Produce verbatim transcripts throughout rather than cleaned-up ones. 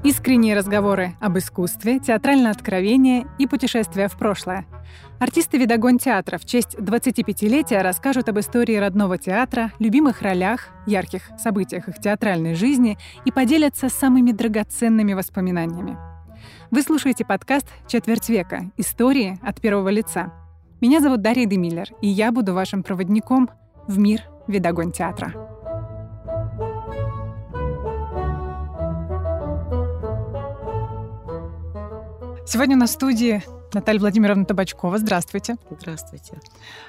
Искренние разговоры об искусстве, театральное откровение и путешествия в прошлое. Артисты «Видогон театра» в честь двадцатипятилетия расскажут об истории родного театра, любимых ролях, ярких событиях их театральной жизни и поделятся самыми драгоценными воспоминаниями. Вы слушаете подкаст «Четверть века. Истории от первого лица». Меня зовут Дарья Демиллер, и я буду вашим проводником в мир «Видогон театра». Сегодня на студии Наталья Владимировна Табачкова. Здравствуйте. Здравствуйте.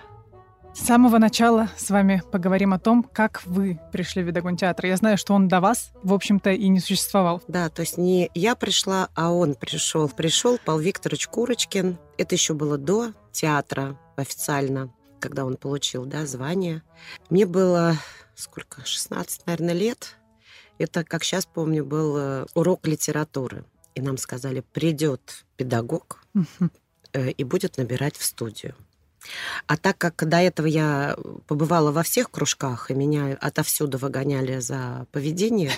С самого начала с вами поговорим о том, как вы пришли в «Видогон театр». Я знаю, что он до вас, в общем-то, и не существовал. Да, то есть не я пришла, а он пришел. Пришел Павел Викторович Курочкин. Это еще было до театра официально, когда он получил, да, звание. Мне было, сколько, шестнадцать, наверное, лет. Это, как сейчас помню, был урок литературы. И нам сказали, придет педагог uh-huh. и будет набирать в студию. А так как до этого я побывала во всех кружках, и меня отовсюду выгоняли за поведение...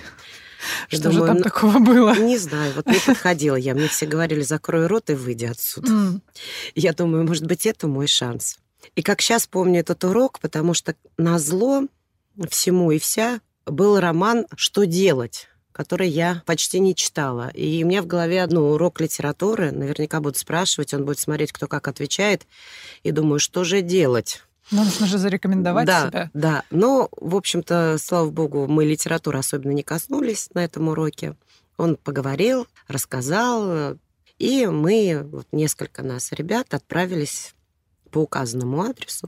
Что же там такого было? Не знаю, вот не подходила я. Мне все говорили, закрой рот и выйди отсюда. Mm. Я думаю, может быть, это мой шанс. И как сейчас помню этот урок, потому что назло всему и вся был роман «Что делать?», который я почти не читала. И у меня в голове ну, урок литературы. Наверняка будут спрашивать, он будет смотреть, кто как отвечает. И думаю, что же делать? Ну, нужно же зарекомендовать да, себя. Да, но, в общем-то, слава богу, мы литературы особенно не коснулись на этом уроке. Он поговорил, рассказал, и мы, вот несколько нас ребят, отправились по указанному адресу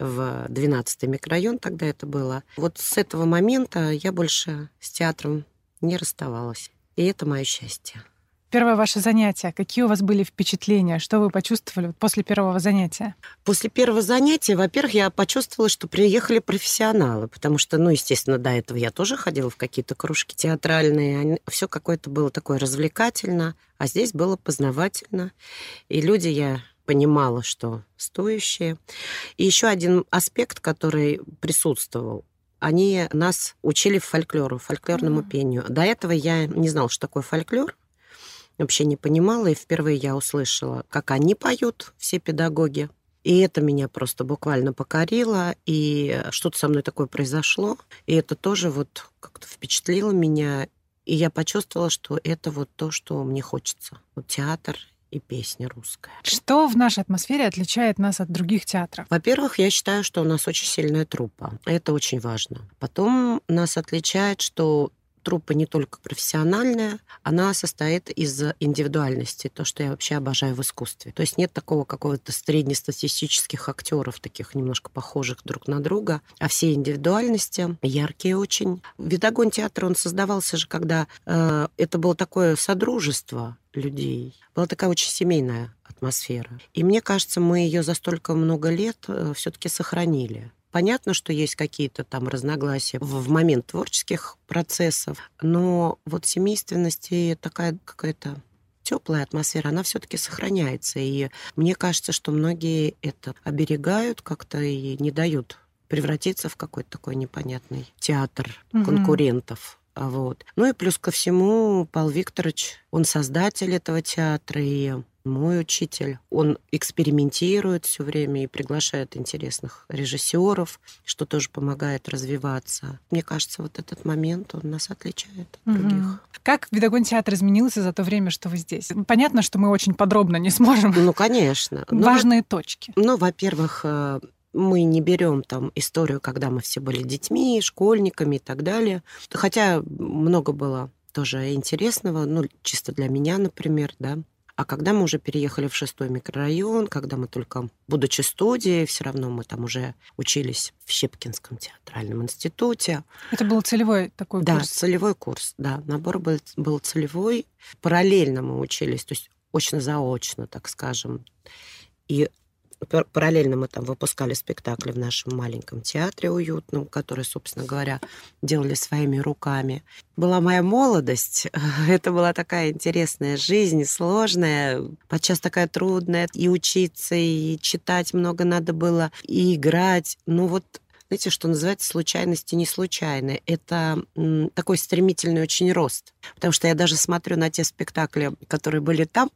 в двенадцатый микрорайон, тогда это было. Вот с этого момента я больше с театром не расставалась. И это мое счастье. Первое ваше занятие. Какие у вас были впечатления? Что вы почувствовали после первого занятия? После первого занятия, во-первых, я почувствовала, что приехали профессионалы, потому что, ну, естественно, до этого я тоже ходила в какие-то кружки театральные. Все какое-то было такое развлекательно, а здесь было познавательно. И люди, я понимала, что стоящие. И еще один аспект, который присутствовал. Они нас учили фольклору, фольклорному mm-hmm. пению. До этого я не знала, что такое фольклор. Вообще не понимала. И впервые я услышала, как они поют, все педагоги. И это меня просто буквально покорило. И что-то со мной такое произошло. И это тоже вот как-то впечатлило меня. И я почувствовала, что это вот то, что мне хочется. Вот театр и песня русская. Что в нашей атмосфере отличает нас от других театров? Во-первых, я считаю, что у нас очень сильная труппа. Это очень важно. Потом нас отличает, что труппа не только профессиональная, она состоит из индивидуальности, то, что я вообще обожаю в искусстве. То есть нет такого какого-то среднестатистических актеров, таких немножко похожих друг на друга, а все индивидуальности яркие очень. «Видогон театр», он создавался же, когда э, это было такое содружество людей. Была такая очень семейная атмосфера. И мне кажется, мы ее за столько много лет э, все-таки сохранили. Понятно, что есть какие-то там разногласия в момент творческих процессов, но вот семейственность и такая какая-то теплая атмосфера, она все-таки сохраняется. И мне кажется, что многие это оберегают как-то и не дают превратиться в какой-то такой непонятный театр mm-hmm. конкурентов. Вот. Ну и плюс ко всему Павел Викторович, он создатель этого театра, и мой учитель. Он экспериментирует все время и приглашает интересных режиссеров, что тоже помогает развиваться. Мне кажется, вот этот момент, он нас отличает от других. Угу. Как «Видогон театр» изменился за то время, что вы здесь? Понятно, что мы очень подробно не сможем. Ну, конечно. Важные ну, точки. Ну, во-первых, мы не берем там историю, когда мы все были детьми, школьниками и так далее. Хотя много было тоже интересного, ну, чисто для меня, например, да. А когда мы уже переехали в шестой микрорайон, когда мы только, будучи студией, все равно мы там уже учились в Щепкинском театральном институте. Это был целевой такой да, курс? Да, целевой курс, да. Набор был, был целевой. Параллельно мы учились, то есть очно-заочно, так скажем. И параллельно мы там выпускали спектакли в нашем маленьком театре уютном, который, собственно говоря, делали своими руками. Была моя молодость. Это была такая интересная жизнь, сложная, подчас такая трудная. И учиться, и читать много надо было, и играть. Ну вот знаете, что называется, случайности не случайны. Это м, такой стремительный очень рост. Потому что я даже смотрю на те спектакли, которые были там,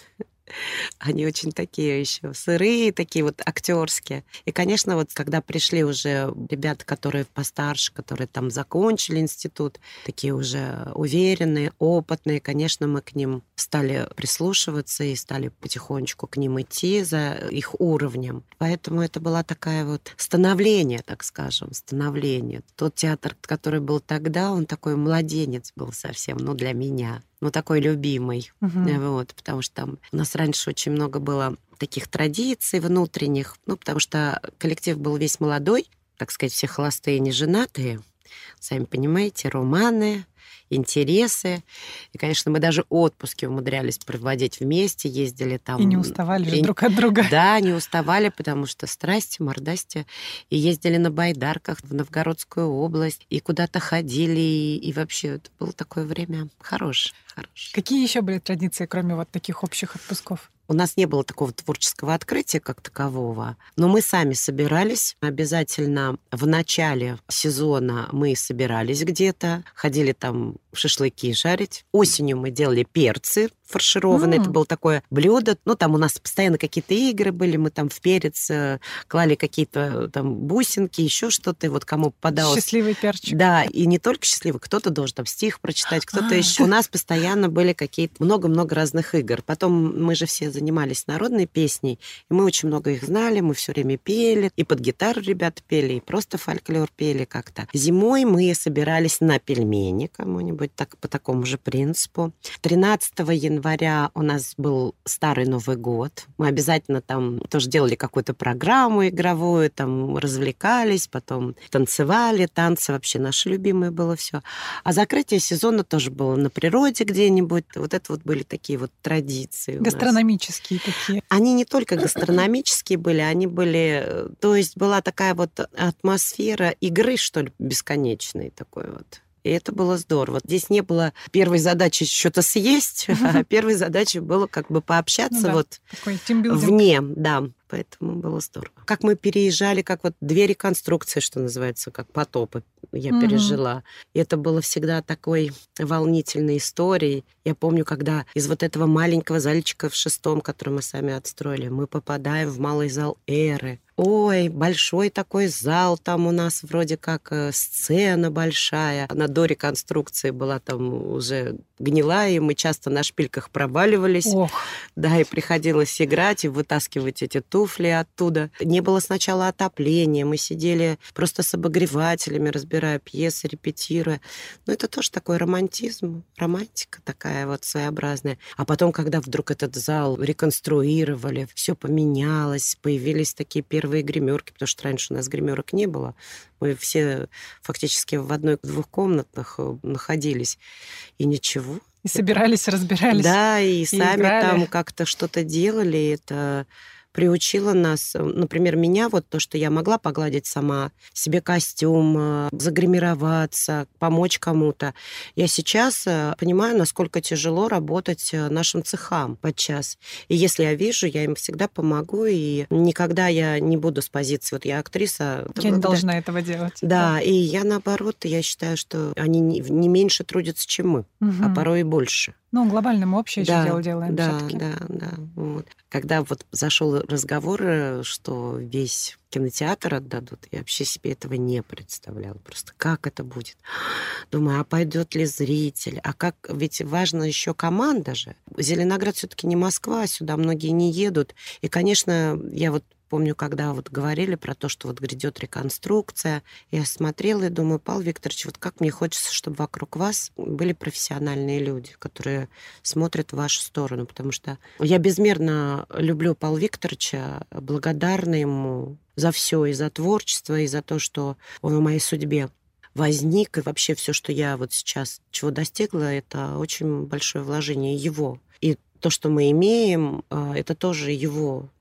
они очень такие еще сырые, такие вот актерские. И, конечно, вот когда пришли уже ребята, которые постарше, которые там закончили институт, такие уже уверенные, опытные, конечно, мы к ним стали прислушиваться и стали потихонечку к ним идти за их уровнем. Поэтому это была такая вот становление, так скажем, становление. Тот театр, который был тогда, он такой младенец был совсем, ну, для меня. Ну, такой любимый. Угу. Вот, потому что там у нас раньше очень много было таких традиций внутренних, ну, потому что коллектив был весь молодой, так сказать, все холостые, неженатые. Сами понимаете, романы, интересы. И, конечно, мы даже отпуски умудрялись проводить вместе, ездили там. И не уставали же и... друг от друга. Да, не уставали, потому что страсти, мордасти. И ездили на байдарках в Новгородскую область, и куда-то ходили, и, и вообще это было такое время хорошее, хорошее. Какие еще были традиции, кроме вот таких общих отпусков? У нас не было такого творческого открытия как такового, но мы сами собирались. Обязательно в начале сезона мы собирались где-то, ходили там шашлыки жарить. Осенью мы делали перцы фаршированные. Mm. Это было такое блюдо. Ну, там у нас постоянно какие-то игры были. Мы там в перец клали какие-то там бусинки, еще что-то. И вот кому попадалось... Счастливый перчик. Да, и не только счастливый. Кто-то должен там стих прочитать, кто-то еще. У нас постоянно были какие-то много-много разных игр. Потом мы же все занимались народной песней, и мы очень много их знали, мы все время пели, и под гитару ребята пели, и просто фольклор пели как-то. Зимой мы собирались на пельмени кому-нибудь, так, по такому же принципу. тринадцатого января у нас был Старый Новый год. Мы обязательно там тоже делали какую-то программу игровую, там развлекались, потом танцевали, танцы вообще наше любимое было все. А закрытие сезона тоже было на природе где-нибудь. Вот это вот были такие вот традиции. Гастрономические такие. Они не только гастрономические были, они были... То есть была такая вот атмосфера игры, что ли, бесконечной такой вот. И это было здорово. Здесь не было первой задачи что-то съесть, а первой задачей было как бы пообщаться ну, да, вот такой тимбилдинг. Вне, да. Поэтому было здорово. Как мы переезжали, как вот две реконструкции, что называется, как потопы я mm-hmm. пережила. И это было всегда такой волнительной историей. Я помню, когда из вот этого маленького зальчика в шестом, который мы сами отстроили, мы попадаем в малый зал Эры. Ой, большой такой зал, там у нас вроде как сцена большая. Она до реконструкции была там уже гнилая, и мы часто на шпильках проваливались. Ох. Да, и приходилось играть и вытаскивать эти туфли оттуда. Не было сначала отопления, мы сидели просто с обогревателями, разбирая пьесы, репетируя. Но это тоже такой романтизм, романтика такая вот своеобразная. А потом, когда вдруг этот зал реконструировали, все поменялось, появились такие первые гримерки, потому что раньше у нас гримерок не было. Мы все фактически в одной-двух комнатах находились. И ничего. И собирались, разбирались. Да, и, и сами играли. Там как-то что-то делали. Это приучило нас, например, меня, вот то, что я могла погладить сама себе костюм, загримироваться, помочь кому-то. Я сейчас понимаю, насколько тяжело работать нашим цехам подчас. И если я вижу, я им всегда помогу, и никогда я не буду с позиции, вот я актриса. Я не должна этого делать. Да, да, и я наоборот, я считаю, что они не меньше трудятся, чем мы, угу. а порой и больше. Ну, глобально мы общее да, еще дело делаем да, всё-таки. Да, да, вот. Когда вот зашел разговор, что весь кинотеатр отдадут, я вообще себе этого не представляла. Просто как это будет? Думаю, а пойдет ли зритель? А как? Ведь важна еще команда же. Зеленоград все-таки не Москва, сюда многие не едут. И, конечно, я вот помню, когда вот говорили про то, что вот грядет реконструкция, я смотрела и думаю, Павел Викторович, вот как мне хочется, чтобы вокруг вас были профессиональные люди, которые смотрят в вашу сторону, потому что я безмерно люблю Павла Викторовича, благодарна ему за все, и за творчество, и за то, что он в моей судьбе возник, и вообще все, что я вот сейчас чего достигла, это очень большое вложение его. И то, что мы имеем, это тоже его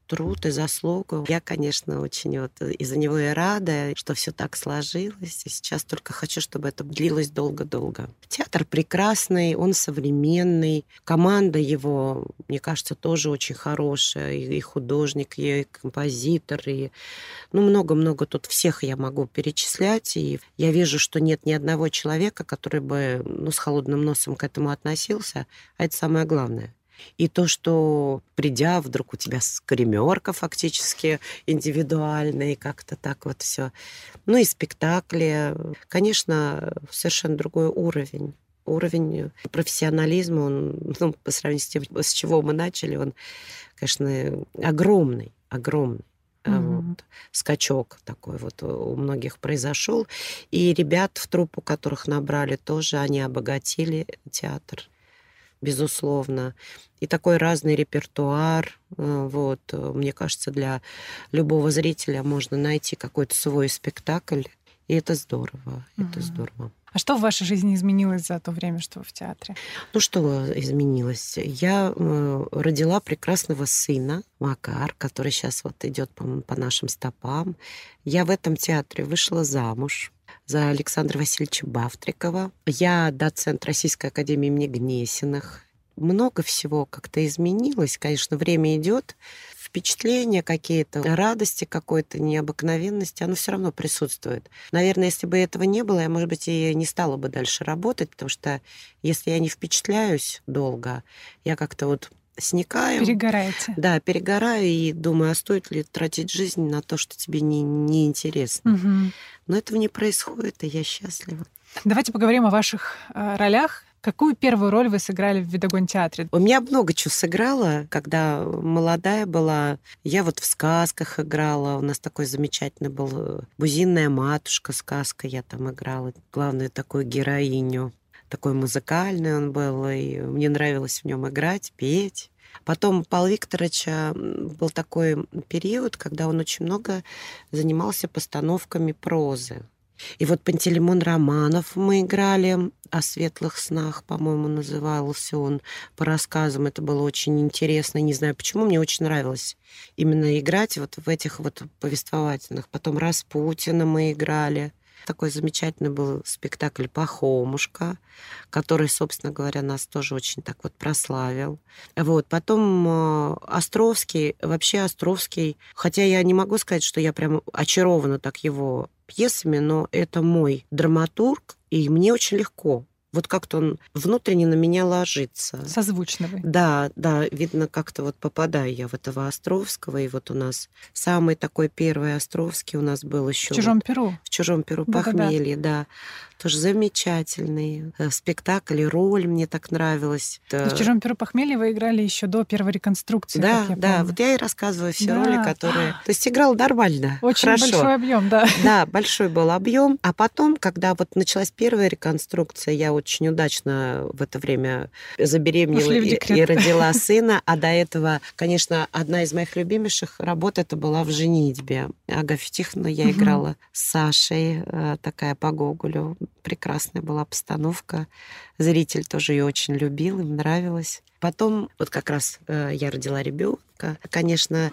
труд и заслугу. Я, конечно, очень вот из-за него и рада, что все так сложилось. И сейчас только хочу, чтобы это длилось долго-долго. Театр прекрасный, он современный. Команда его, мне кажется, тоже очень хорошая. И художник, и композитор, и ну, много-много тут всех я могу перечислять. И я вижу, что нет ни одного человека, который бы ну, с холодным носом к этому относился. А это самое главное. И то, что придя, вдруг у тебя гримерка фактически индивидуальная, и как-то так вот все. Ну и спектакли. Конечно, совершенно другой уровень. Уровень профессионализма, он, ну, по сравнению с тем, с чего мы начали, он, конечно, огромный, огромный. Mm-hmm. Вот, скачок такой вот у многих произошел. И ребят в труппу, которых набрали, тоже они обогатили театр. Безусловно. И такой разный репертуар. Вот. Мне кажется, для любого зрителя можно найти какой-то свой спектакль. И это здорово. Mm-hmm. Это здорово. А что в вашей жизни изменилось за то время, что вы в театре? Ну, что изменилось? Я родила прекрасного сына, Макар, который сейчас вот идет, по-моему, по нашим стопам. Я в этом театре вышла замуж за Александра Васильевича Бавтрикова. Я доцент Российской академии имени Гнесиных. Много всего как-то изменилось. Конечно, время идет, впечатления какие-то, радости какой-то, необыкновенности, оно все равно присутствует. Наверное, если бы этого не было, я, может быть, и не стала бы дальше работать, потому что если я не впечатляюсь долго, я как-то вот сникаю. Перегораете. Да, перегораю и думаю, а стоит ли тратить жизнь на то, что тебе не, не интересно. Угу. Но этого не происходит, и я счастлива. Давайте поговорим о ваших э, ролях. Какую первую роль вы сыграли в Видогон-театре? У меня много чего сыграла, когда молодая была. Я вот в сказках играла. У нас такой замечательный был «Бузинная матушка» сказка. Я там играла главную такую героиню. Такой музыкальный он был, и мне нравилось в нем играть, петь. Потом у Павла Викторовича был такой период, когда он очень много занимался постановками прозы. И вот Пантелеймон Романов мы играли о светлых снах, по-моему, назывался он по рассказам. Это было очень интересно. Не знаю почему, мне очень нравилось именно играть вот в этих вот повествовательных. Потом Распутина мы играли. Такой замечательный был спектакль «Пахомушка», который, собственно говоря, нас тоже очень так вот прославил. Вот. Потом Островский, вообще Островский, хотя я не могу сказать, что я прям очарована так его пьесами, но это мой драматург, и мне очень легко. Вот как-то он внутренне на меня ложится. Созвучно вы. Да, да, видно, как-то вот попадаю я в этого Островского. И вот у нас самый такой первый Островский у нас был еще. В «Чужом вот, перу». В «Чужом перу» Да, «Похмелье», да, да. Тоже замечательный спектакль, и роль мне так нравилась. В «Чужом перу» «Похмелье» вы играли еще до первой реконструкции, да, как я да, помню. Вот я и рассказываю все да. роли, которые... То есть играла нормально, очень хорошо. большой объем, да. Да, большой был объем. А потом, когда вот началась первая реконструкция, я очень удачно в это время забеременела и, и родила сына. А до этого, конечно, одна из моих любимейших работ это была в «Женитьбе». Агафья Тихоновна я угу. играла с Сашей, такая по Гоголю. Прекрасная была постановка. Зритель тоже ее очень любил, им нравилось. Потом, вот как раз я родила ребенка. Конечно,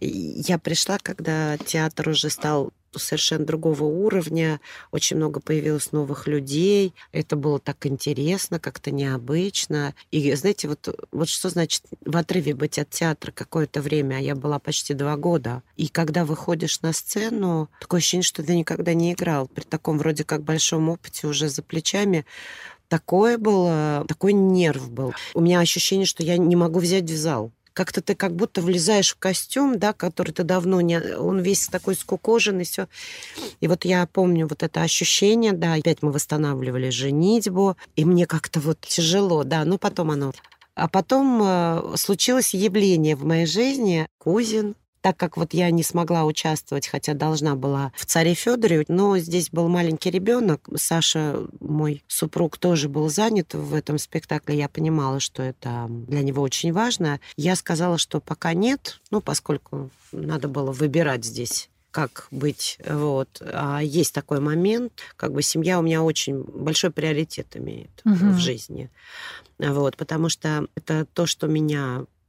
я пришла, когда театр уже стал совершенно другого уровня, очень много появилось новых людей, это было так интересно, как-то необычно. И знаете, вот, вот что значит в отрыве быть от театра какое-то время, а я была почти два года. И когда выходишь на сцену, такое ощущение, что ты никогда не играл. При таком вроде как большом опыте уже за плечами, такое было, такой нерв был. У меня ощущение, что я не могу взять в зал. Как-то ты как будто влезаешь в костюм, да, который ты давно не... Он весь такой скукоженный, все. И вот я помню вот это ощущение, да, опять мы восстанавливали «Женитьбу», и мне как-то вот тяжело, да, но потом оно... А потом э, случилось явление в моей жизни, Кузин. Так как вот я не смогла участвовать, хотя должна была в «Царе Фёдоре», но здесь был маленький ребенок. Саша, мой супруг, тоже был занят в этом спектакле. Я понимала, что это для него очень важно. Я сказала, что пока нет, ну, поскольку надо было выбирать здесь, как быть. Вот. А есть такой момент, как бы семья у меня очень большой приоритет имеет угу. в жизни. Вот. Потому что это то, что меня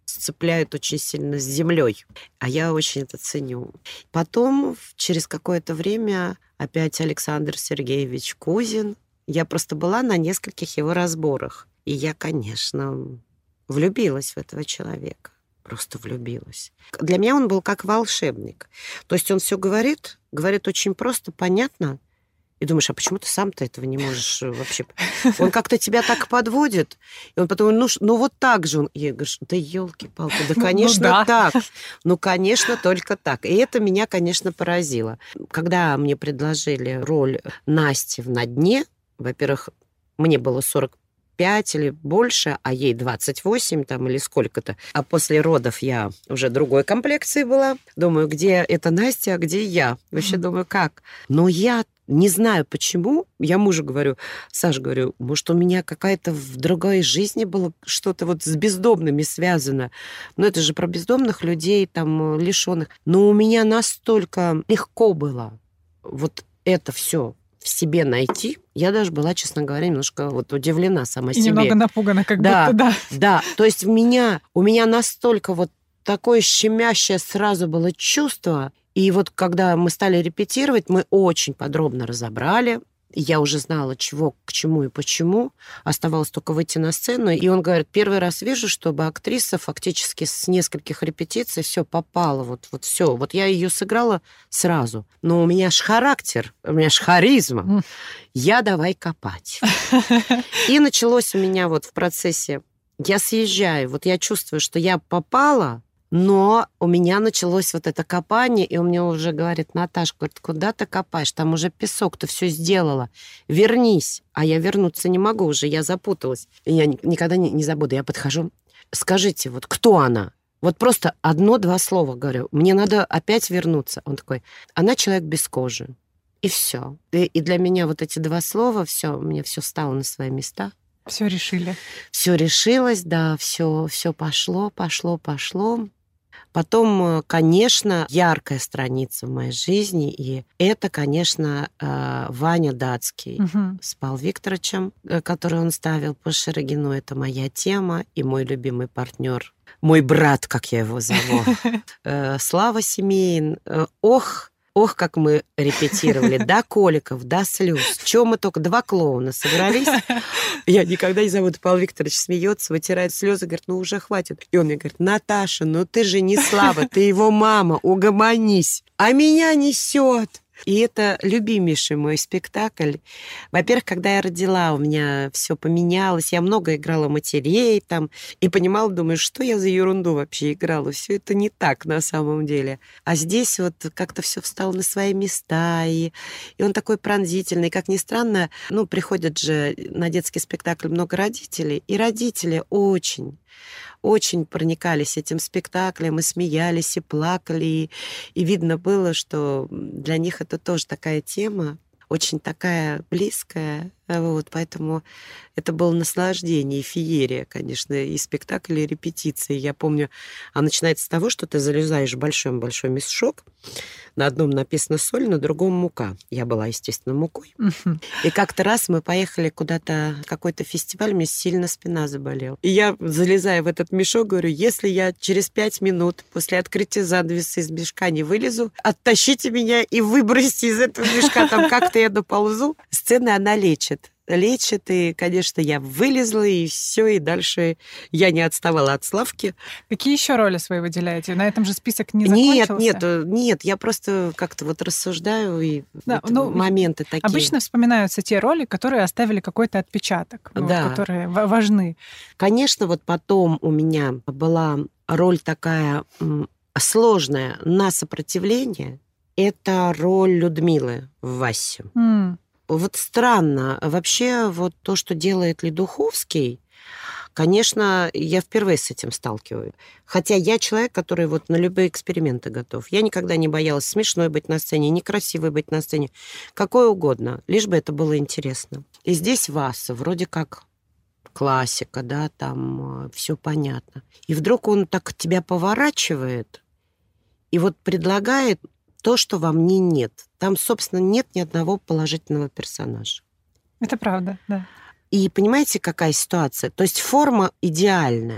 сцепляют очень сильно с землей. А я очень это ценю. Потом, через какое-то время, опять Александр Сергеевич Кузин. Я просто была на нескольких его разборах. И я, конечно, влюбилась в этого человека. Просто влюбилась. Для меня он был как волшебник. То есть он все говорит, говорит очень просто, понятно. И думаешь, а почему ты сам-то этого не можешь вообще? Он как-то тебя так подводит. И он потом, ну, ну вот так же он. Я говорю, да елки-палки, да, конечно, ну, да. так. Ну, конечно, только так. И это меня, конечно, поразило. Когда мне предложили роль Насти в «На дне», во-первых, мне было сорок пять или больше, а ей двадцать восемь там или сколько-то. А после родов я уже другой комплекции была. Думаю, где эта Настя, а где я? Вообще думаю, как? Но я не знаю почему. Я мужу говорю, Саш, говорю, может, у меня какая-то в другой жизни было что-то вот с бездомными связано. Но это же про бездомных людей, там, лишенных. Но у меня настолько легко было вот это все в себе найти. Я даже была, честно говоря, немножко вот удивлена сама И себе. немного напугана, как да, будто, да. Да, то есть в меня, у меня настолько вот такое щемящее сразу было чувство. И вот когда мы стали репетировать, мы очень подробно разобрали. Я уже знала, чего, к чему и почему. Оставалось только выйти на сцену. И он говорит, первый раз вижу, чтобы актриса фактически с нескольких репетиций все попало. Вот, вот все. Вот я ее сыграла сразу. Но у меня ж характер, у меня ж харизма. Я давай копать. И началось у меня вот в процессе. Я съезжаю, вот я чувствую, что я попала, но у меня началось вот это копание, и он мне уже говорит, Наташа, говорит, куда ты копаешь? Там уже песок, ты все сделала. Вернись. А я вернуться не могу уже, я запуталась. И я никогда не, не забуду. Я подхожу, скажите, вот кто она? Вот просто одно-два слова говорю. Мне надо опять вернуться. Он такой, она человек без кожи. И все. И, и для меня вот эти два слова, все, мне все стало на свои места. Все решили. Все решилось, да, все, все пошло, пошло, пошло. Потом, конечно, яркая страница в моей жизни, и это, конечно, Ваня Датский угу. с Павлом Викторовичем, который он ставил по Шерегину. Это моя тема и мой любимый партнер, мой брат, как я его зову, Слава Семейн. Ох, Ох, как мы репетировали, до коликов, до слез. Чего мы только два клоуна собрались. Я никогда не забуду, Павел Викторович смеется, вытирает слезы, говорит, ну уже хватит. И он мне говорит, Наташа, ну ты же не Слава, ты его мама, угомонись. А меня несет. И это любимейший мой спектакль. Во-первых, когда я родила, у меня все поменялось. Я много играла матерей там. И понимала, думаю, что я за ерунду вообще играла. Все это не так на самом деле. А здесь вот как-то все встало на свои места. И, и он такой пронзительный. Как ни странно, ну, приходят же на детский спектакль много родителей. И родители очень... очень проникались этим спектаклем, и смеялись, и плакали. И, и видно было, что для них это тоже такая тема, очень такая близкая. Вот, поэтому это было наслаждение, и феерия, конечно, и спектакль, и репетиции. Я помню, а начинается с того, что ты залезаешь в большой-большой мешок, на одном написано соль, на другом мука. Я была, естественно, мукой. Uh-huh. И как-то раз мы поехали куда-то, какой-то фестиваль, мне сильно спина заболела. И я, залезая в этот мешок, говорю, если я через пять минут после открытия занавеса из мешка не вылезу, оттащите меня и выбросьте из этого мешка, там как-то я доползу. Сцена она лечит. лечит, и, конечно, я вылезла, и все, и дальше я не отставала от Славки. Какие еще роли свои выделяете? На этом же список не закончился? Нет, нет, нет, я просто как-то вот рассуждаю, и да, вот ну, моменты такие. Обычно вспоминаются те роли, которые оставили какой-то отпечаток, да. вот, которые важны. Конечно, вот потом у меня была роль такая сложная на сопротивление. Это роль Людмилы в «Васе». Mm. Вот странно. Вообще вот то, что делает Ледуховский, конечно, я впервые с этим сталкиваюсь. Хотя я человек, который вот на любые эксперименты готов. Я никогда не боялась смешной быть на сцене, некрасивой быть на сцене. Какой угодно, лишь бы это было интересно. И здесь Васа, вроде как классика, да, там все понятно. И вдруг он так тебя поворачивает и вот предлагает то, что во мне нет. Там, собственно, нет ни одного положительного персонажа. Это правда, да. И понимаете, какая ситуация? То есть форма идеальная.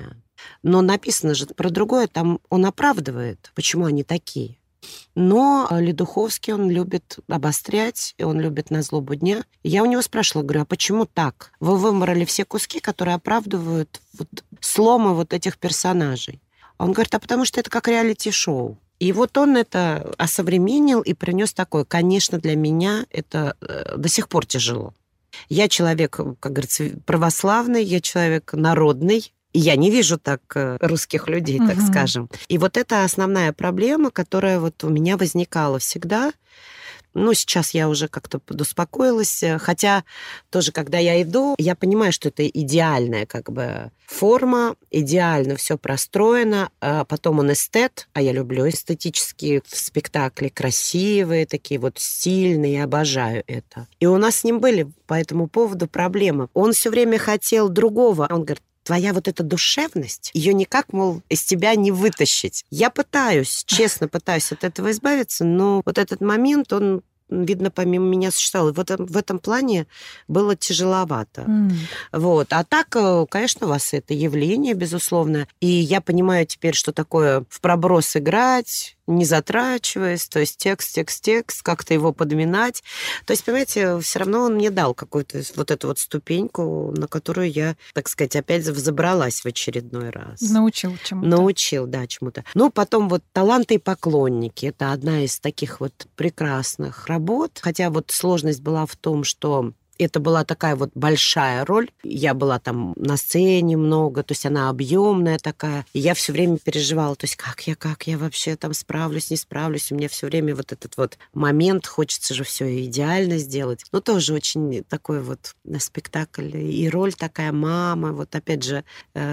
Но написано же про другое, там он оправдывает, почему они такие. Но Ледуховский, он любит обострять, и он любит на злобу дня. И я у него спрашивала, говорю, а почему так? Вы выбрали все куски, которые оправдывают вот сломы вот этих персонажей. Он говорит, а потому что это как реалити-шоу. И вот он это осовременил и принес такое. Конечно, для меня это до сих пор тяжело. Я человек, как говорится, православный, я человек народный. И я не вижу так русских людей, так uh-huh. скажем. И вот это основная проблема, которая вот у меня возникала всегда. Ну, сейчас я уже как-то подуспокоилась. Хотя тоже, когда я иду, я понимаю, что это идеальная как бы форма, идеально все простроено. А потом он эстет, а я люблю эстетические спектакли, красивые, такие вот стильные, я обожаю это. И у нас с ним были по этому поводу проблемы. Он все время хотел другого. Он говорит, твоя вот эта душевность, ее никак, мол, из тебя не вытащить. Я пытаюсь, честно пытаюсь от этого избавиться, но вот этот момент, он, видно, помимо меня существовал. И в этом, в этом плане было тяжеловато. Mm. Вот. А так, конечно, у вас это явление, безусловно. И я понимаю теперь, что такое в проброс играть, не затрачиваясь, то есть текст, текст, текст, как-то его подминать. То есть, понимаете, все равно он мне дал какую-то вот эту вот ступеньку, на которую я, так сказать, опять взобралась в очередной раз. Научил чему-то. Научил, да, чему-то. Ну, потом вот «Таланты и поклонники». Это одна из таких вот прекрасных работ. Хотя вот сложность была в том, что это была такая вот большая роль. Я была там на сцене много, то есть она объемная такая. И я все время переживала, то есть как я, как я вообще там справлюсь, не справлюсь. У меня все время вот этот вот момент, хочется же все идеально сделать. Ну, тоже очень такой вот спектакль. И роль такая мама. Вот опять же,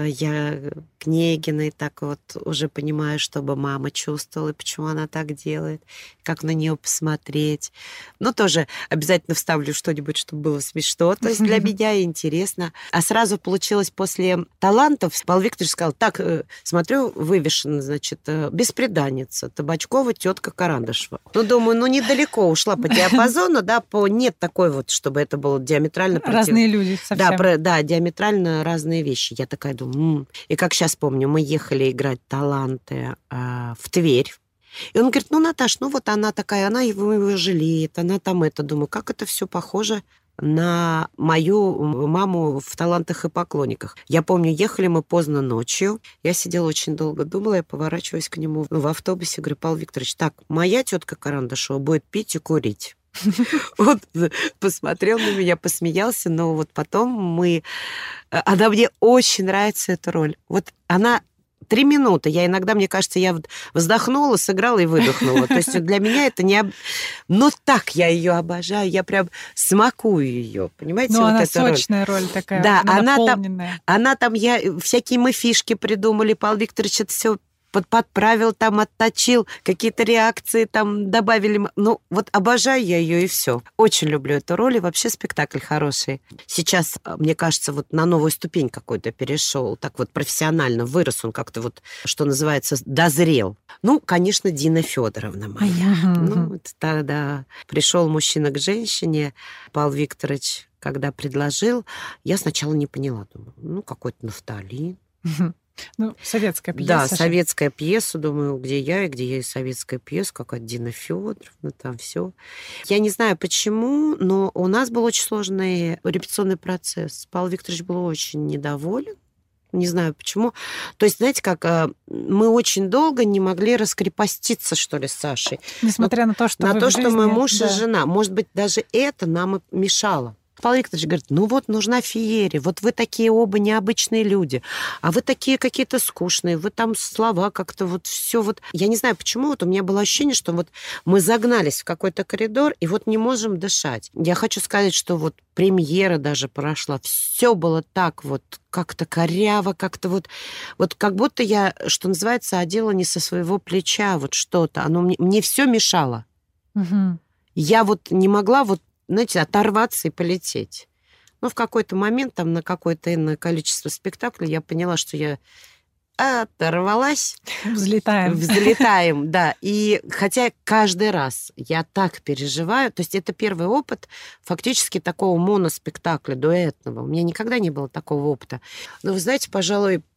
я Княгиной так вот уже понимаю, чтобы мама чувствовала, почему она так делает, как на нее посмотреть. Ну, тоже обязательно вставлю что-нибудь, чтобы было смешно, то есть для меня интересно. А сразу получилось после «Талантов», Павел Викторович сказал, так, смотрю, вывешено, значит, «Бесприданница», Табачкова, тетка Карандашева. Ну, думаю, ну, недалеко ушла по диапазону, да, по нет такой вот, чтобы это было диаметрально против... Разные люди совсем. Да, про, да, диаметрально разные вещи. Я такая думаю, м-м. И как сейчас помню, мы ехали играть «Таланты» э, в Тверь. И он говорит, ну, Наташ, ну, вот она такая, она его, его жалеет, она там это. Думаю, как это все похоже на мою маму в «Талантах и поклонниках». Я помню, ехали мы поздно ночью. Я сидела очень долго, думала, я поворачиваюсь к нему в автобусе, говорю, Павел Викторович, так, моя тетка Карандашева будет пить и курить. Вот посмотрел на меня, посмеялся, но вот потом мы... Она мне очень нравится, эта роль. Вот она... Три минуты. Я иногда, мне кажется, я вздохнула, сыграла и выдохнула. То есть для меня это не... Но так я ее обожаю. Я прям смакую ее. Понимаете? Ну, вот она эта сочная роль, роль такая, да, она, она наполненная. Там, она там, я... Всякие мы фишки придумали. Павел Викторович это все подправил, там отточил, какие-то реакции там добавили. Ну, вот обожаю я ее, и все. Очень люблю эту роль, и вообще спектакль хороший. Сейчас, мне кажется, вот на новую ступень какой-то перешел, так вот профессионально вырос он как-то вот, что называется, дозрел. Ну, конечно, Дина Федоровна моя. Ну, это тогда пришел мужчина к женщине, Павел Викторович, когда предложил, я сначала не поняла, думаю, ну, какой-то нафталин. Ну, советская пьеса. Да, советская пьеса, думаю, где я, и где я и советская пьеса, как Дина Федоровна, там все. Я не знаю почему, но у нас был очень сложный репетиционный процесс. Павел Викторович был очень недоволен. Не знаю почему. То есть, знаете, как мы очень долго не могли раскрепоститься, что ли, с Сашей. Несмотря вот, на то, что на вы то, в жизни, что мы муж да. и жена. Может быть, даже это нам и мешало. Павел Викторович говорит, ну вот нужна феерия, вот вы такие оба необычные люди, а вы такие какие-то скучные, вы там слова как-то вот все вот... Я не знаю, почему, вот у меня было ощущение, что вот мы загнались в какой-то коридор и вот не можем дышать. Я хочу сказать, что вот премьера даже прошла, все было так вот как-то коряво, как-то вот... Вот как будто я, что называется, одела не со своего плеча вот что-то. Оно мне, мне все мешало. Угу. Я вот не могла вот знаете, оторваться и полететь. Но в какой-то момент, там, на какое-то иное количество спектаклей я поняла, что я оторвалась. Взлетаем. Взлетаем, да. И хотя каждый раз я так переживаю, то есть это первый опыт фактически такого моноспектакля, дуэтного. У меня никогда не было такого опыта. Но вы знаете, пожалуй,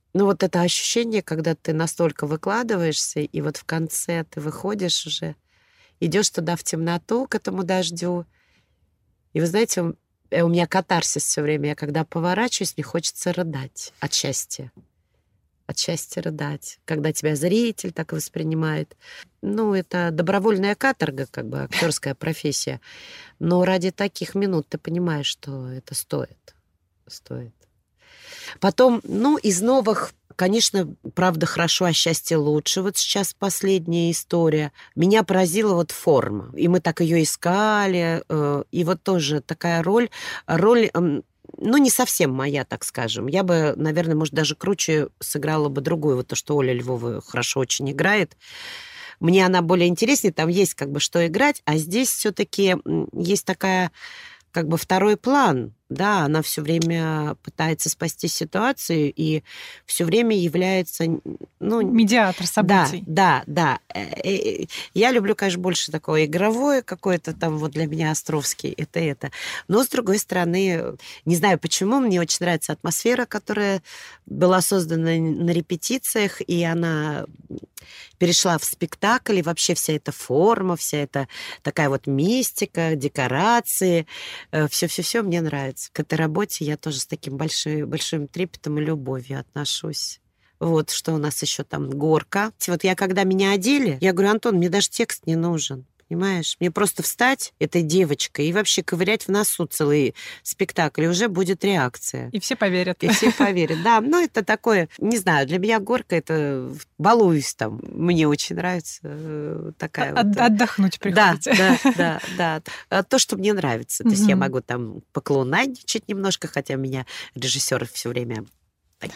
Ну, вот это ощущение, когда ты настолько выкладываешься, и вот в конце ты выходишь уже, идешь туда в темноту, к этому дождю. И вы знаете, у у меня катарсис все время. Я когда поворачиваюсь, мне хочется рыдать от счастья. От счастья рыдать. Когда тебя зритель так воспринимает. Ну, это добровольная каторга, как бы актерская профессия. Но ради таких минут ты понимаешь, что это стоит. Стоит. Потом, ну, из новых, конечно, правда хорошо, а счастье лучше. Вот сейчас последняя история. Меня поразила вот форма. И мы так ее искали. э, И вот тоже такая роль. Роль, м, ну, не совсем моя, так скажем. Я бы, наверное, может, даже круче сыграла бы другую. Вот то, что Оля Львова хорошо очень играет. Мне она более интереснее. Там есть как бы что играть. А здесь все-таки есть такая как бы второй план. Да, она все время пытается спасти ситуацию и все время является, ну, Медиатор событий. да, да, да. Э, э, Я люблю, конечно, больше такое игровое какое-то там вот для меня Островский, это это. Но, с другой стороны, не знаю почему, мне очень нравится атмосфера, которая была создана на репетициях, и она перешла в спектакль, и вообще вся эта форма, вся эта такая вот мистика, декорации, все-все-все мне нравится. К этой работе я тоже с таким большим, большим трепетом и любовью отношусь. Вот, что у нас еще там, горка. Вот я, когда меня одели, я говорю: Антон, мне даже текст не нужен. Понимаешь? Мне просто встать этой девочкой и вообще ковырять в носу целый спектакль, и уже будет реакция. И все поверят. И все поверят. Да, ну это такое, не знаю, для меня горка, это балуюсь там. Мне очень нравится э, такая От- вот... Отдохнуть приходите. Да, да, да, да. То, что мне нравится. То есть я могу там поклоунадничать немножко, хотя меня режиссер все время так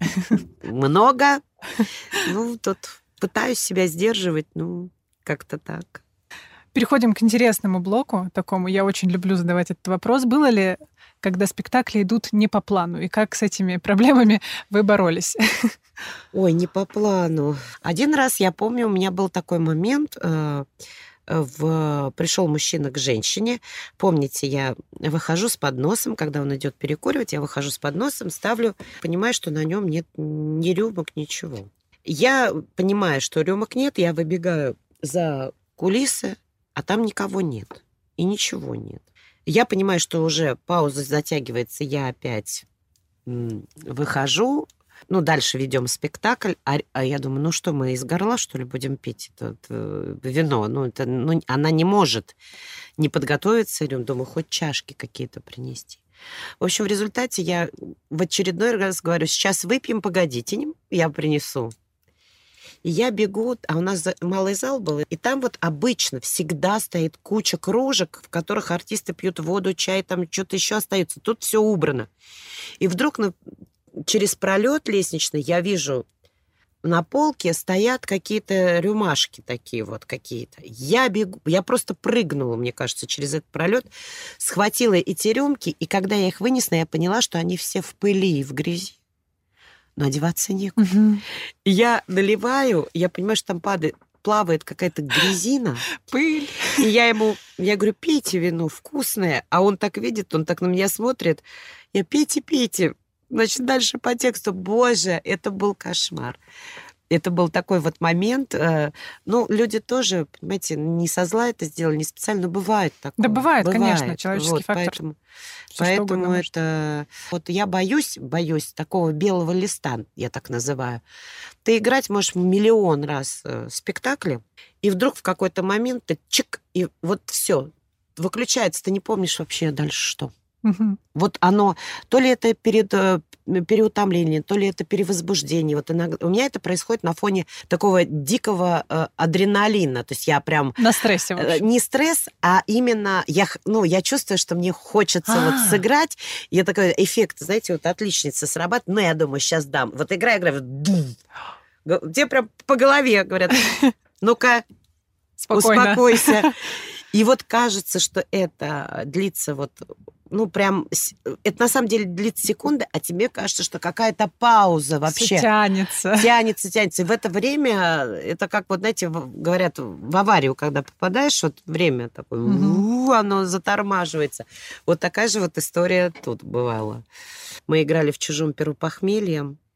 много. Ну, тут пытаюсь себя сдерживать, ну, как-то так. Переходим к интересному блоку такому. Я очень люблю задавать этот вопрос. Было ли, когда спектакли идут не по плану, и как с этими проблемами вы боролись? Ой, не по плану. Один раз, я помню, у меня был такой момент, э, в... пришел мужчина к женщине. Помните, я выхожу с подносом, когда он идет перекуривать, я выхожу с подносом, ставлю, понимаю, что на нем нет ни рюмок, ничего. Я понимаю, что рюмок нет, я выбегаю за кулисы, а там никого нет. И ничего нет. Я понимаю, что уже пауза затягивается, я опять м, выхожу, ну, дальше ведем спектакль, а, а я думаю, ну что, мы из горла, что ли, будем пить это, это вино? Ну, это, ну, она не может не подготовиться. Я думаю, хоть чашки какие-то принести. В общем, в результате я в очередной раз говорю: сейчас выпьем, погодите, я принесу. И я бегу, а у нас малый зал был, и там вот обычно всегда стоит куча кружек, в которых артисты пьют воду, чай, там что-то еще остается. Тут все убрано. И вдруг на, через пролет лестничный я вижу, на полке стоят какие-то рюмашки такие вот какие-то. Я бегу, я просто прыгнула, мне кажется, через этот пролет, схватила эти рюмки, и когда я их вынесла, я поняла, что они все в пыли и в грязи. Но одеваться некуда. Мгм. Я наливаю, я понимаю, что там падает, плавает какая-то грязина. Пыль. И я ему, я говорю: пейте вино, вкусное. А он так видит, он так на меня смотрит. Я: пейте, пейте. Значит, дальше по тексту. Боже, это был кошмар. Это был такой вот момент. э, Ну, люди тоже, понимаете, не со зла это сделали, не специально, но бывает такое. Да бывает, конечно, человеческий Вот, фактор. Поэтому, Всё что поэтому угодно может. это... Вот я боюсь, боюсь такого белого листа, я так называю. Ты играть можешь миллион раз э, спектакли, и вдруг в какой-то момент ты чик, и вот все выключается, ты не помнишь вообще дальше что. Мгм. Вот оно, то ли это перед, э, переутомление, то ли это перевозбуждение. Вот иногда, у меня это происходит на фоне такого дикого э, адреналина. То есть я прям... На стрессе, в э, общем. Не стресс, а именно я, х- ну, я чувствую, что мне хочется вот А. сыграть. Я такой эффект, знаете, вот отличница срабатывает. Ну, я думаю, сейчас дам. Вот играю, играю, вот дум. Г- Тебе прям по голове говорят: ну-ка, Спокойно. успокойся. И вот кажется, что это длится вот, ну, прям... с- Это на самом деле длится секунды, а тебе кажется, что какая-то пауза Всё вообще. тянется. Тянется, тянется. И в это время, это как вот, знаете, в- говорят, в аварию, когда попадаешь, вот время такое, Мгм. у, оно затормаживается. Вот такая же вот история тут бывала. Мы играли в «Чужом перу похмельем»,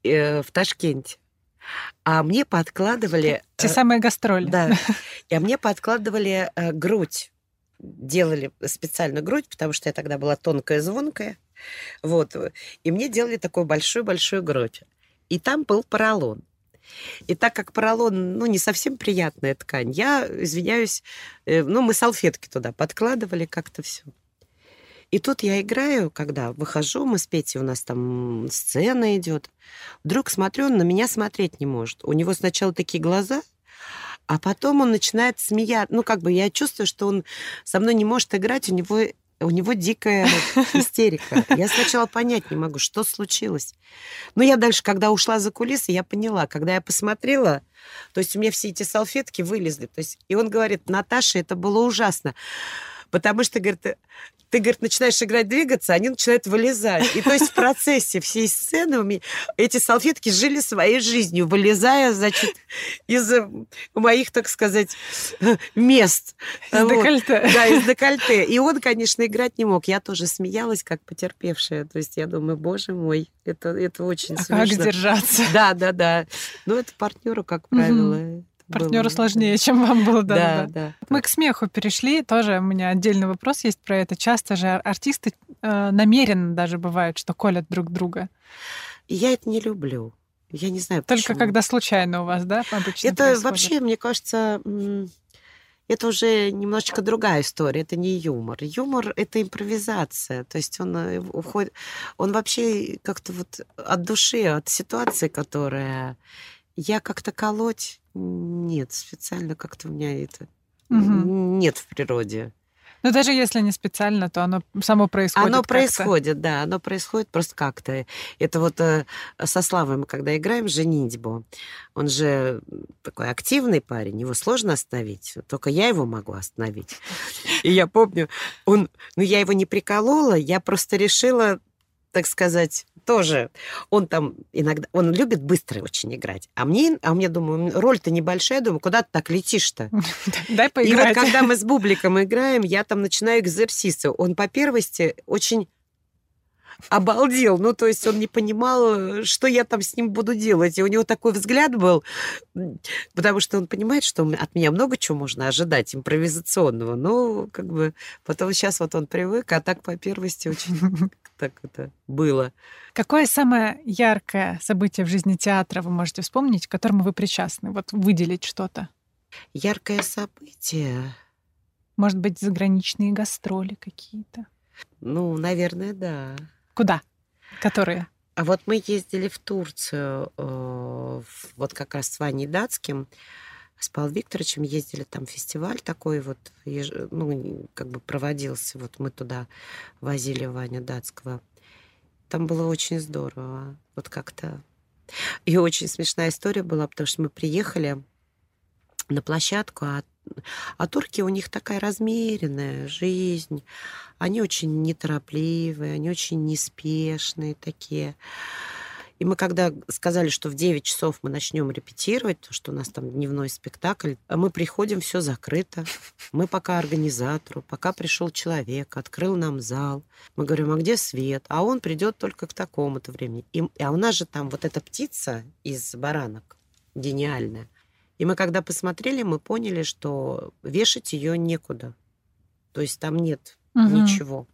э, в Ташкенте. А мне подкладывали... Те самые гастроли. Да. А мне подкладывали э, грудь. Делали специально грудь, потому что я тогда была тонкая, звонкая. Вот. И мне делали такую большую-большую грудь. И там был поролон. И так как поролон, ну, не совсем приятная ткань, я, извиняюсь, э, ну, мы салфетки туда подкладывали как-то все. И тут я играю, когда выхожу, мы с Петей, у нас там сцена идет. Вдруг смотрю, он на меня смотреть не может. У него сначала такие глаза, а потом он начинает смеяться. Ну, как бы я чувствую, что он со мной не может играть, у него, у него дикая истерика. Я сначала понять не могу, что случилось. Но я дальше, когда ушла за кулисы, я поняла. Когда я посмотрела, то есть у меня все эти салфетки вылезли. То есть, и он говорит: Наташа, это было ужасно. Потому что, говорит, ты, говорит, начинаешь играть, двигаться, они начинают вылезать. И то есть в процессе всей сцены у меня эти салфетки жили своей жизнью, вылезая, значит, из моих, так сказать, мест. Из вот. декольте. Да, из декольте. И он, конечно, играть не мог. Я тоже смеялась, как потерпевшая. То есть я думаю, боже мой, это, это очень а смешно. Как держаться? Да, да, да. Но это партнеру, как правило. Партнеру было, сложнее, да. чем вам было, да, Да, да. да. Мы к смеху перешли. Тоже у меня отдельный вопрос есть про это. Часто же артисты э, намеренно даже бывают, что колят друг друга. И я это не люблю. Я не знаю, Только почему. когда случайно у вас, да, обычно Это происходит? вообще, мне кажется, это уже немножечко другая история. Это не юмор. Юмор — это импровизация. То есть он уходит... Он вообще как-то вот от души, от ситуации, которая... Я как-то колоть... Нет, специально как-то у меня это... Угу. Нет в природе. Но даже если не специально, то оно само происходит. Оно как-то. происходит, да, оно происходит просто как-то. Это вот э, со Славой мы когда играем «Женитьбу», он же такой активный парень, его сложно остановить, только я его могу остановить. И я помню, он, ну я его не приколола, я просто решила, так сказать, тоже. Он там иногда, он любит быстро очень играть. А мне, а мне, думаю, роль-то небольшая, думаю, куда ты так летишь-то? Дай поиграть. И вот когда мы с Бубликом играем, я там начинаю экзерсисы. Он по первости очень обалдел. Ну, то есть он не понимал, что я там с ним буду делать. И у него такой взгляд был, потому что он понимает, что от меня много чего можно ожидать импровизационного. Но как бы потом сейчас вот он привык, а так по первости очень так это было. Какое самое яркое событие в жизни театра вы можете вспомнить, к которому вы причастны? Вот выделить что-то. Яркое событие? Может быть, заграничные гастроли какие-то? Ну, наверное, да. Куда? Которые? А вот мы ездили в Турцию, э, вот как раз с Ваней Датским, с Павлом Викторовичем ездили, там фестиваль такой вот, ну, как бы проводился, вот мы туда возили Ваню Датского. Там было очень здорово, вот как-то. И очень смешная история была, потому что мы приехали на площадку, а, а турки, у них такая размеренная жизнь, они очень неторопливые, они очень неспешные такие. И мы когда сказали, что в девять часов мы начнем репетировать, то, что у нас там дневной спектакль, а мы приходим, все закрыто. Мы пока организатору, пока пришел человек, открыл нам зал. Мы говорим, а где свет? А он придет только к такому-то времени. И, а у нас же там вот эта птица из баранок гениальная. И мы когда посмотрели, мы поняли, что вешать ее некуда. То есть там нет угу. ничего.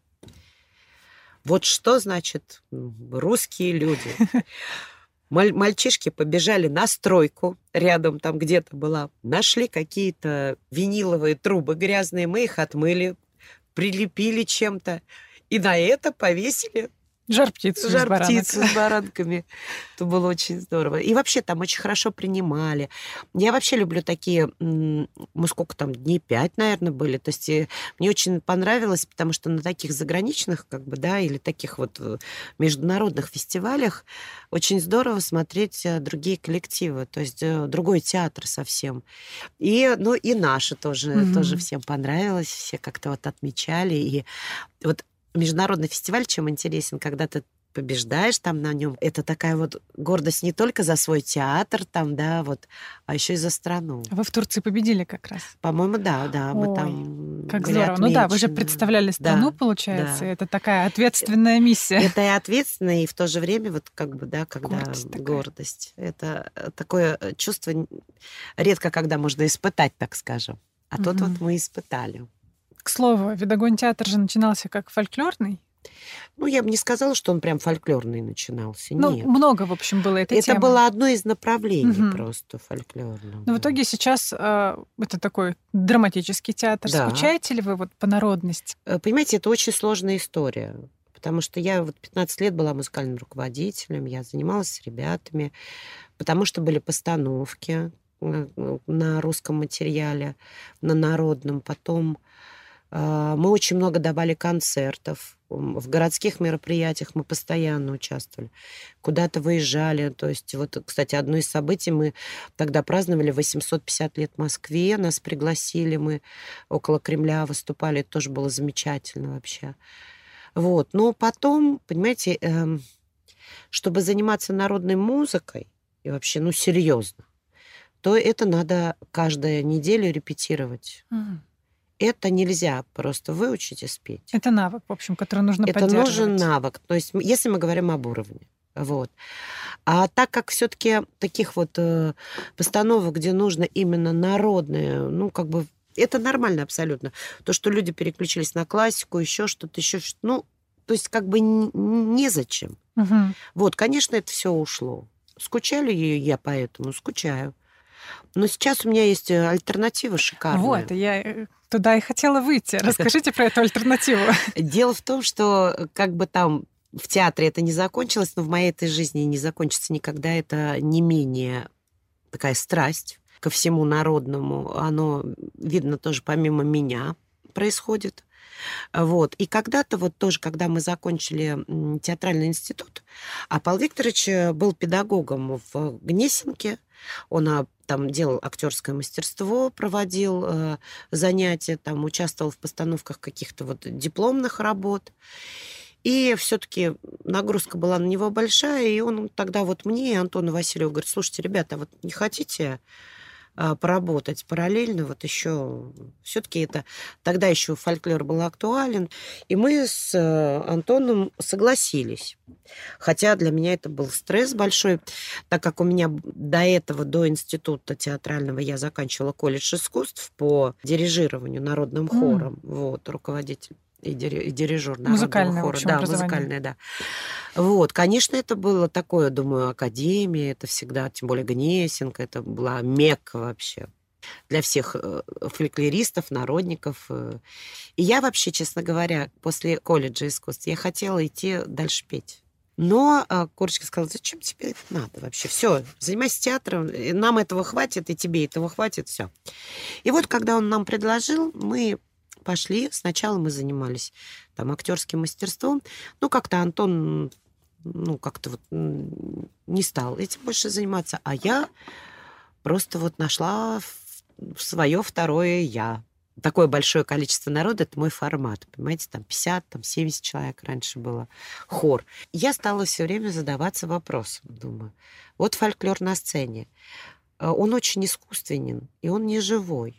Вот что значит русские люди. Маль- мальчишки побежали на стройку, рядом там где-то была, нашли какие-то виниловые трубы грязные, мы их отмыли, прилепили чем-то, и на это повесили Жар-птицу, Жар-птицу с баранками. Это было очень здорово. И вообще там очень хорошо принимали. Я вообще люблю такие... Мы сколько там, дней пять, наверное, были. То есть мне очень понравилось, потому что на таких заграничных, как бы, да, или таких вот международных фестивалях очень здорово смотреть другие коллективы. То есть другой театр совсем. И, ну, и наши тоже, mm-hmm. тоже всем понравилось. Все как-то вот отмечали. И вот международный фестиваль чем интересен, когда ты побеждаешь там на нем. Это такая вот гордость не только за свой театр там, да, вот, а еще и за страну. Вы в Турции победили как раз? По-моему, да, да, мы Ой, там как были здорово. отмечены. Ну да, вы же представляли страну, да, получается, да. и это такая ответственная миссия. Это и ответственно, и в то же время вот как бы, да, когда Гордость такая. гордость. Это такое чувство редко когда можно испытать, так скажем. А Мгм. тут вот мы испытали. К слову, Видогон театр же начинался как фольклорный. Ну, я бы не сказала, что он прям фольклорный начинался. Ну, Нет. много, в общем, было этой Это темы. было одно из направлений Мгм. просто фольклорного. Но в итоге сейчас э, это такой драматический театр. Да. Скучаете ли вы вот по народности? Э, Понимаете, это очень сложная история. Потому что я вот пятнадцать лет была музыкальным руководителем, я занималась с ребятами, потому что были постановки э, на русском материале, на народном. Потом э, мы очень много давали концертов. М, В городских мероприятиях мы постоянно участвовали. Куда-то выезжали. То есть, вот, кстати, одно из событий, мы тогда праздновали восемьсот пятьдесят лет Москве. Нас пригласили, мы около Кремля выступали. Это тоже было замечательно вообще. Вот. Но потом, понимаете, эм, чтобы заниматься народной музыкой, и вообще, ну, серьезно, то это надо каждую неделю репетировать. Мгм. Это нельзя просто выучить и спеть. Это навык, в общем, который нужно Это нужен поддерживать. навык. То есть, м, если мы говорим об уровне. Вот. А так как все-таки таких вот э, постановок, где нужно именно народное, ну, как бы, это нормально абсолютно. То, что люди переключились на классику, еще что-то, еще что-то. Ну, то есть, как бы н- незачем. Мгм. Вот, конечно, это все ушло. Скучали ее я поэтому? Скучаю. Но сейчас у меня есть э, альтернатива шикарная. Вот, и я э, туда и хотела выйти. Расскажите про эту альтернативу. Дело в том, что э, как бы там в театре это не закончилось, но в моей этой жизни не закончится никогда. Это не менее такая страсть ко всему народному. Оно, видно, тоже помимо меня происходит. Вот. И когда-то вот тоже, когда мы закончили м, театральный институт, а Павел Викторович э, был педагогом в Гнесинке, он а, там делал актерское мастерство, проводил э, занятия, там участвовал в постановках каких-то вот дипломных работ. И все-таки нагрузка была на него большая, и он тогда вот мне и Антону Васильеву говорит: слушайте, ребята, вот не хотите а, поработать параллельно, вот еще все-таки это тогда еще фольклор был актуален, и мы с э, Антоном согласились. Хотя для меня это был стресс большой, так как у меня до этого, до института театрального, я заканчивала колледж искусств по дирижированию народным М. хором, вот, руководитель и, дири- и дирижер народного Музыкальное, в хора. общем, Да, образование. музыкальное, да. Вот, конечно, это было такое, думаю, академия, это всегда, тем более Гнесинка, это была мекка вообще для всех э, фольклористов, народников. э. И я вообще, честно говоря, после колледжа искусств я хотела идти дальше петь. Но э, Корочка сказала: зачем тебе это надо вообще? Все, занимайся театром, и нам этого хватит, и тебе этого хватит, все. И вот, когда он нам предложил, мы пошли. Сначала мы занимались там актерским мастерством. Ну, как-то Антон, ну, как-то вот м, не стал этим больше заниматься. А я просто вот нашла свое второе я. Такое большое количество народа — это мой формат. Понимаете, там пятьдесят, там семьдесят человек раньше было. Хор. Я стала все время задаваться вопросом. Думаю, вот фольклор на сцене. э, Он очень искусственен, и он не живой.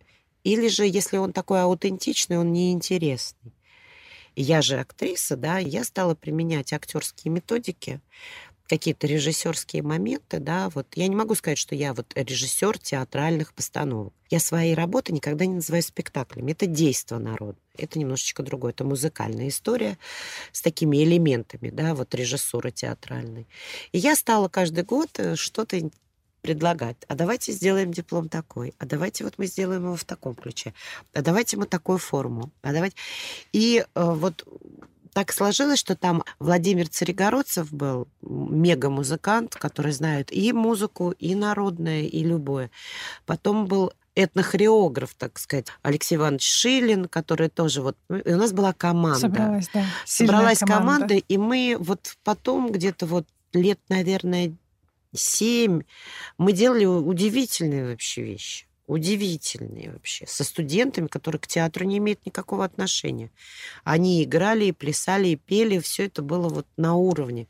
Или же, если он такой аутентичный, он неинтересный. И я же актриса, да, и я стала применять актерские методики, какие-то режиссерские моменты, да, вот. Я не могу сказать, что я вот режиссер театральных постановок. Я свои работы никогда не называю спектаклями. Это действо народное. Это немножечко другое. Это музыкальная история с такими элементами, да, вот режиссуры театральной. И я стала каждый год э, что-то предлагать. А давайте сделаем диплом такой. А давайте вот мы сделаем его в таком ключе. А давайте мы такую форму. А давайте... И э, вот так сложилось, что там Владимир Царегородцев был мега-музыкант, который знает и музыку, и народное, и любое. Потом был этнохореограф, так сказать, Алексей Иванович Шилин, который тоже вот... И у нас была команда. Собралась, да. Сильная Собралась команда. команда, и мы вот потом где-то вот лет, наверное, семь, мы делали удивительные вообще вещи. удивительные вообще, со студентами, которые к театру не имеют никакого отношения. Они играли, и плясали, и пели, все это было вот на уровне.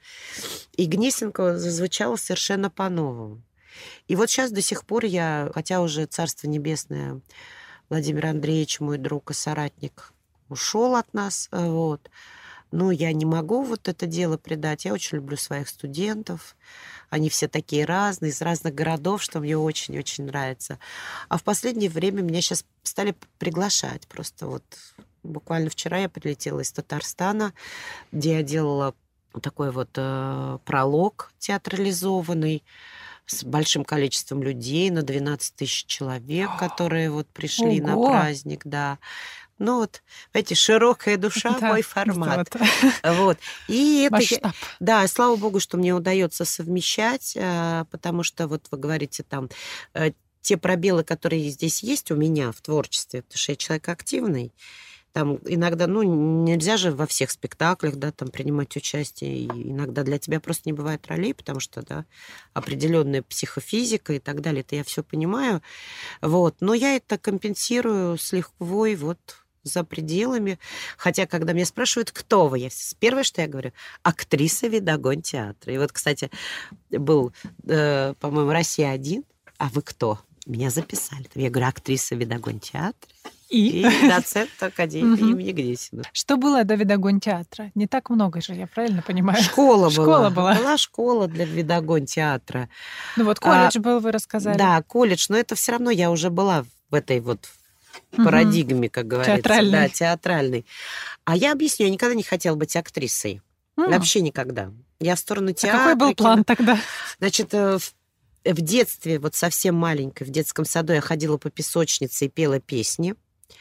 И Гнесинка зазвучала совершенно по-новому. И вот сейчас до сих пор я, хотя уже Царство Небесное, Владимир Андреевич, мой друг и соратник, ушел от нас, вот, но я не могу вот это дело предать. Я очень люблю своих студентов. Они все такие разные, из разных городов, что мне очень-очень нравится. А в последнее время меня сейчас стали приглашать. Просто вот буквально вчера я прилетела из Татарстана, где я делала такой вот э, пролог театрализованный с большим количеством людей, на двенадцать тысяч человек, которые вот пришли Ого! на праздник, да. Ну вот, знаете, широкая душа, Да, мой формат. вот. Вот. И это, я- Масштаб. да, слава богу, что мне удается совмещать, э, потому что вот вы говорите там, э, те пробелы, которые здесь есть у меня в творчестве, потому что я человек активный, там иногда, ну, нельзя же во всех спектаклях, да, там принимать участие, и иногда для тебя просто не бывает ролей, потому что, да, определенная психофизика и так далее, это я все понимаю, вот, но я это компенсирую с лихвой вот за пределами, хотя, когда меня спрашивают, кто вы, я с- первое, что я говорю, актриса Видогон театра. И вот, кстати, был, э, по-моему, «Россия один», а вы кто? Меня записали. Я говорю, актриса Видогон театра И и доцент Академии Мгм. имени Гнесина. что было до Видогон театра? Не так много же, я правильно понимаю? Школа Школа была. была. Была школа для Видогон театра. Ну вот А, колледж был, вы рассказали. Да, колледж, но это все равно я уже была в этой вот Мгм. парадигме, как говорится. Театральной. Да, театральной. А я объясню, я никогда не хотела быть актрисой. М. Вообще никогда. Я в сторону А театра. какой был кино. план тогда? Значит, э, в, в детстве, вот совсем маленькой, в детском саду я ходила по песочнице и пела песни.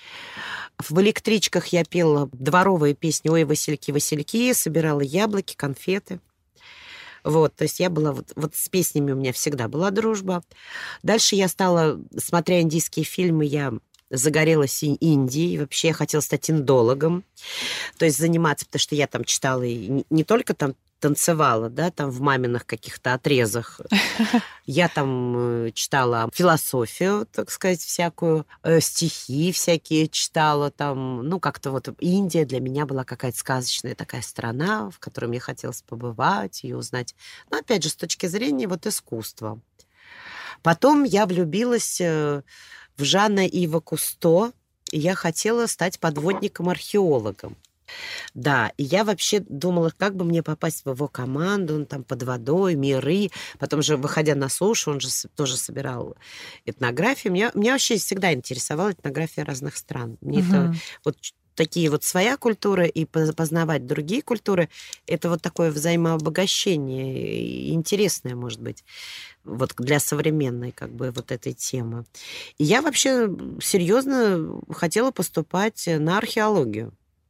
В электричках я пела дворовые песни «Ой, Васильки, Васильки», собирала яблоки, конфеты. Вот, то есть я была вот, вот с песнями у меня всегда была дружба. Дальше я стала, смотря индийские фильмы, я загорелась и- Индией. Вообще я хотела стать индологом, то есть заниматься, потому что я там читала и не, не только там танцевала, да, там в маминых каких-то отрезах. Я там э, читала философию, так сказать, всякую, э, стихи всякие читала там. Ну, как-то вот Индия для меня была какая-то сказочная такая страна, в которой мне хотелось побывать, ее узнать. Но, опять же, с точки зрения вот искусства. Потом я влюбилась э, в Жана Ива Кусто, и я хотела стать подводником-археологом. Да, и я вообще думала, как бы мне попасть в его команду, он там под водой, миры. Потом же, выходя на сушу, он же с- тоже собирал этнографию. Меня, меня вообще всегда интересовала этнография разных стран. Мне это Мгм. вот ч- такие вот своя культура и поз- познавать другие культуры, это вот такое взаимообогащение и интересное, может быть, вот для современной как бы вот этой темы. И я вообще серьезно хотела поступать на археологию.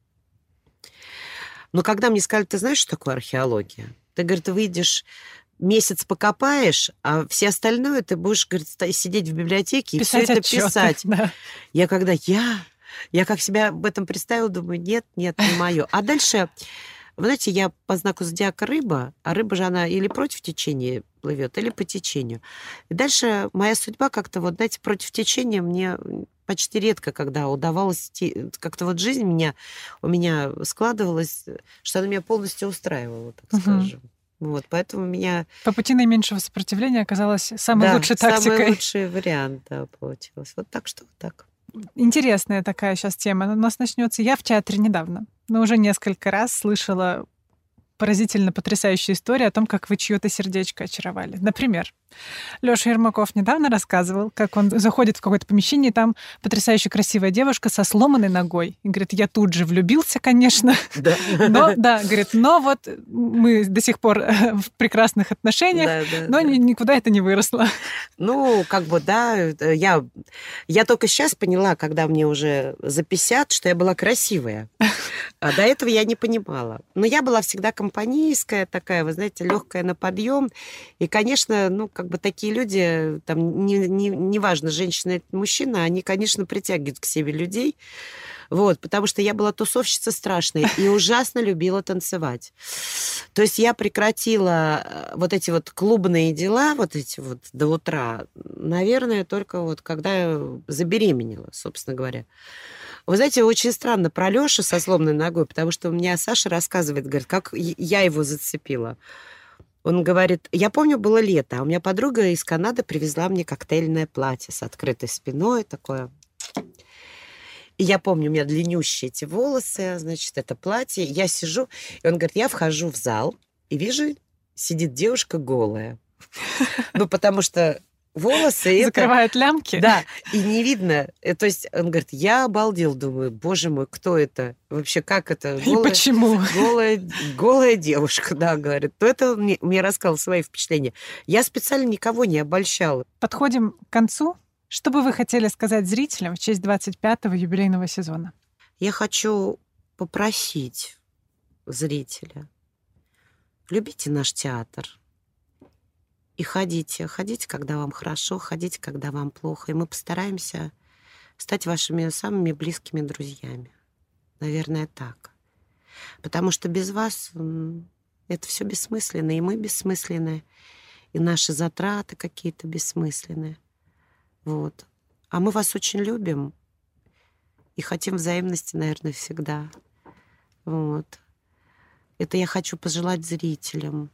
Но когда мне сказали, ты знаешь, что такое археология? Ты, говорит, выйдешь, месяц покопаешь, а все остальное ты будешь, говорит, ста- сидеть в библиотеке и все Писать это отчеты. писать. Да. Я когда я, я как себя об этом представила, думаю, нет, нет, не мое. А дальше, вы знаете, я по знаку зодиака рыба, а рыба же она или против течения плывет, или по течению. И дальше моя судьба как-то, вот, знаете, против течения мне почти редко, когда удавалось идти, как-то вот жизнь меня, у меня складывалась, что она меня полностью устраивала, так Мгм. скажем. Вот, поэтому меня, По пути наименьшего сопротивления оказалась самой да, лучшей самый тактикой. лучший вариант, да, получилось. Вот так что вот так. Интересная такая сейчас тема. У нас начнется. Я в театре недавно, но уже несколько раз слышала поразительно потрясающие истории о том, как вы чьё-то сердечко очаровали. Например, Лёша Ермаков недавно рассказывал, как он заходит в какое-то помещение, и там потрясающе красивая девушка со сломанной ногой. И говорит, я тут же влюбился, конечно. Да. Но, да, говорит, но вот мы до сих пор э, в прекрасных отношениях, Да, да, но да. ни- никуда это не выросло. Ну, как бы, да, это я, я только сейчас поняла, когда мне уже за пятьдесят, что я была красивая. А до этого я не понимала. Но я была всегда компанейская такая, вы знаете, легкая на подъем. И, конечно, ну, как бы такие люди, там, не, не, неважно, женщина или мужчина, они, конечно, притягивают к себе людей. Вот, потому что я была тусовщица страшная и ужасно любила танцевать. То есть я прекратила вот эти вот клубные дела, вот эти вот до утра, наверное, только вот когда я забеременела, собственно говоря. Вы знаете, очень странно про Лёшу со сломанной ногой, потому что у меня Саша рассказывает, говорит, как я его зацепила. Он говорит, я помню, было лето, а у меня подруга из Канады привезла мне коктейльное платье с открытой спиной, такое. И я помню, у меня длиннющие эти волосы, значит, это платье. Я сижу, и он говорит, я вхожу в зал и вижу, сидит девушка голая. Ну, потому что волосы... Закрывают это... лямки? Да, и не видно. То есть он говорит, я обалдел, думаю, боже мой, кто это? Вообще, как это? Голая, и почему? Голая, голая девушка, да, говорит. То это мне, мне рассказал свои впечатления. Я специально никого не обольщала. Подходим к концу. Что бы вы хотели сказать зрителям в честь двадцать пятого юбилейного сезона? Я хочу попросить зрителя, любите наш театр и ходите. Ходите, когда вам хорошо, ходите, когда вам плохо. И мы постараемся стать вашими самыми близкими друзьями. Наверное, так. Потому что без вас это все бессмысленно, и мы бессмысленны, и наши затраты какие-то бессмысленные. Вот. А мы вас очень любим и хотим взаимности, наверное, всегда. Вот. Это я хочу пожелать зрителям.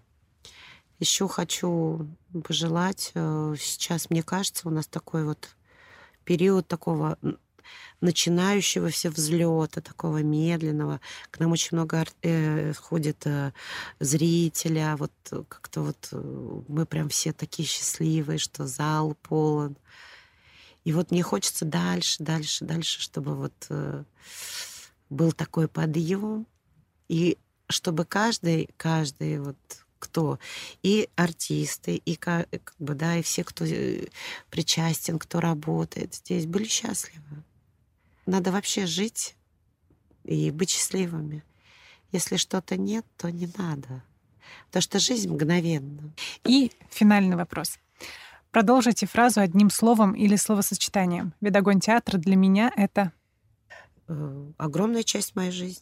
Еще хочу пожелать, сейчас, мне кажется, у нас такой вот период такого начинающегося взлета, такого медленного. К нам очень много э, ходит э, зрителя. Вот как-то вот мы прям все такие счастливые, что зал полон. И вот мне хочется дальше, дальше, дальше, чтобы вот э, был такой подъем. И чтобы каждый, каждый вот кто, и артисты, и как бы, да, и все, кто причастен, кто работает здесь, были счастливы. Надо вообще жить и быть счастливыми. Если что-то нет, то не надо. Потому что жизнь мгновенна. И финальный вопрос. Продолжите фразу одним словом или словосочетанием. Ведь огонь театра для меня — это... Огромная часть моей жизни.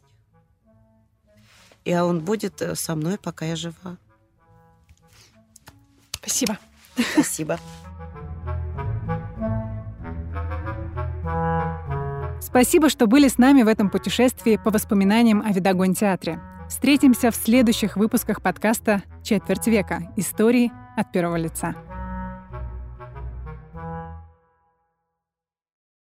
И он будет со мной, пока я жива. Спасибо. Спасибо. Спасибо, что были с нами в этом путешествии по воспоминаниям о Видогон театре. Встретимся в следующих выпусках подкаста «Четверть века. Истории от первого лица».